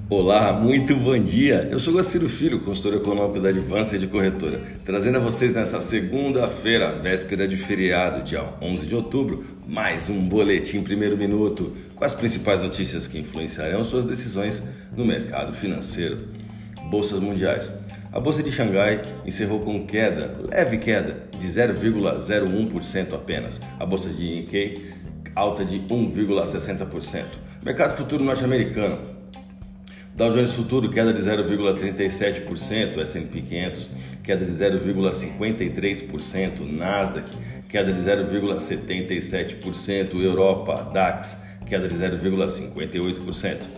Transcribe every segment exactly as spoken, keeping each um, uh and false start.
Olá, muito bom dia! Eu sou Guaciro Filho, consultor econômico da Advança de Corretora, trazendo a vocês nessa segunda-feira, véspera de feriado, dia onze de outubro, mais um Boletim Primeiro Minuto, com as principais notícias que influenciarão suas decisões no mercado financeiro. Bolsas mundiais. A Bolsa de Xangai encerrou com queda, leve queda, de zero vírgula zero um por cento apenas. A Bolsa de Nikkei, alta de um vírgula sessenta por cento. Mercado futuro norte-americano. Dow Jones Futuro, queda de zero vírgula trinta e sete por cento, S e P quinhentos, queda de zero vírgula cinquenta e três por cento, Nasdaq, queda de zero vírgula setenta e sete por cento, Europa, DAX, queda de zero vírgula cinquenta e oito por cento.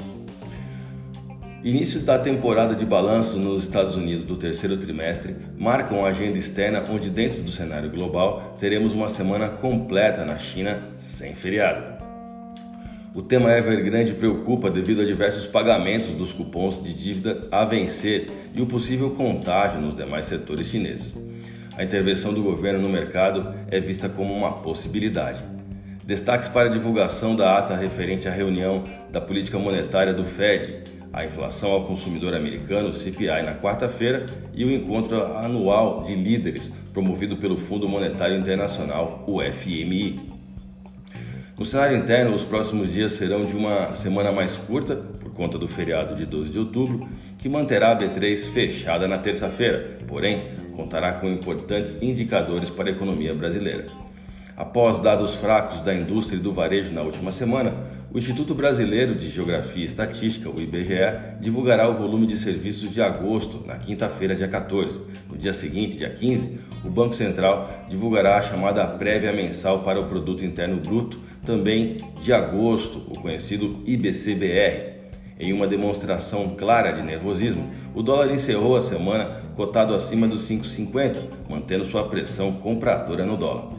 Início da temporada de balanço nos Estados Unidos do terceiro trimestre marcam a agenda externa, onde dentro do cenário global teremos uma semana completa na China sem feriado. O tema Evergrande preocupa devido a diversos pagamentos dos cupons de dívida a vencer e o possível contágio nos demais setores chineses. A intervenção do governo no mercado é vista como uma possibilidade. Destaques para a divulgação da ata referente à reunião da política monetária do Fed, a inflação ao consumidor americano, C P I, na quarta-feira e o encontro anual de líderes promovido pelo Fundo Monetário Internacional, o F M I. No cenário interno, os próximos dias serão de uma semana mais curta, por conta do feriado de doze de outubro, que manterá a B três fechada na terça-feira, porém, contará com importantes indicadores para a economia brasileira. Após dados fracos da indústria e do varejo na última semana, o Instituto Brasileiro de Geografia e Estatística, o I B G E, divulgará o volume de serviços de agosto, na quinta-feira, dia quatorze. No dia seguinte, dia quinze, o Banco Central divulgará a chamada prévia mensal para o Produto Interno Bruto, também de agosto, o conhecido I B C B R. Em uma demonstração clara de nervosismo, o dólar encerrou a semana cotado acima dos cinco reais e cinquenta centavos, mantendo sua pressão compradora no dólar.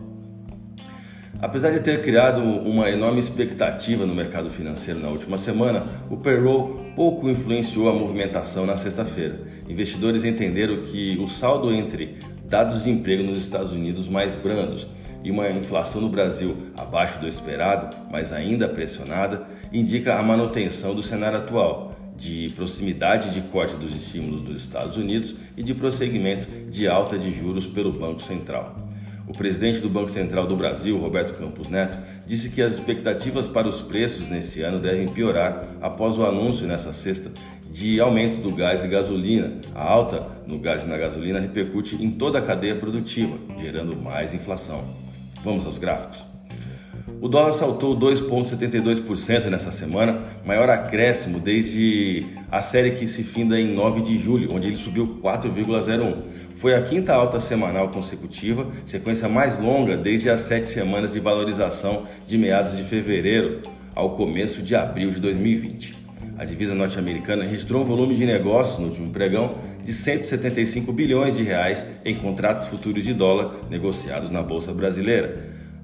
Apesar de ter criado uma enorme expectativa no mercado financeiro na última semana, o payroll pouco influenciou a movimentação na sexta-feira. Investidores entenderam que o saldo entre dados de emprego nos Estados Unidos mais brandos e uma inflação no Brasil abaixo do esperado, mas ainda pressionada, indica a manutenção do cenário atual, de proximidade de corte dos estímulos dos Estados Unidos e de prosseguimento de alta de juros pelo Banco Central. O presidente do Banco Central do Brasil, Roberto Campos Neto, disse que as expectativas para os preços nesse ano devem piorar após o anúncio nesta sexta de aumento do gás e gasolina. A alta no gás e na gasolina repercute em toda a cadeia produtiva, gerando mais inflação. Vamos aos gráficos. O dólar saltou dois vírgula setenta e dois por cento nessa semana, maior acréscimo desde a série que se finda em nove de julho, onde ele subiu quatro vírgula zero um por cento. Foi a quinta alta semanal consecutiva, sequência mais longa desde as sete semanas de valorização de meados de fevereiro ao começo de abril de dois mil e vinte. A divisa norte-americana registrou um volume de negócios no último pregão de cento e setenta e cinco bilhões de reais em contratos futuros de dólar negociados na Bolsa Brasileira,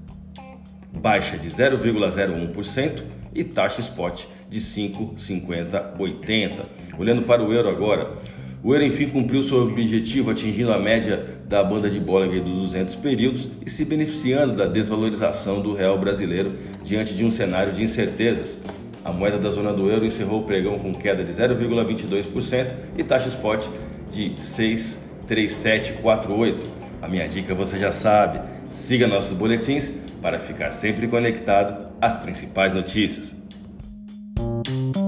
baixa de zero vírgula zero um por cento e taxa spot de cinco vírgula cinquenta oitenta. Olhando para o euro agora, o euro enfim cumpriu seu objetivo, atingindo a média da banda de Bollinger dos duzentos períodos e se beneficiando da desvalorização do real brasileiro diante de um cenário de incertezas. A moeda da zona do euro encerrou o pregão com queda de zero vírgula vinte e dois por cento e taxa spot de seis vírgula trinta e sete quarenta e oito. A minha dica você já sabe, siga nossos boletins para ficar sempre conectado às principais notícias.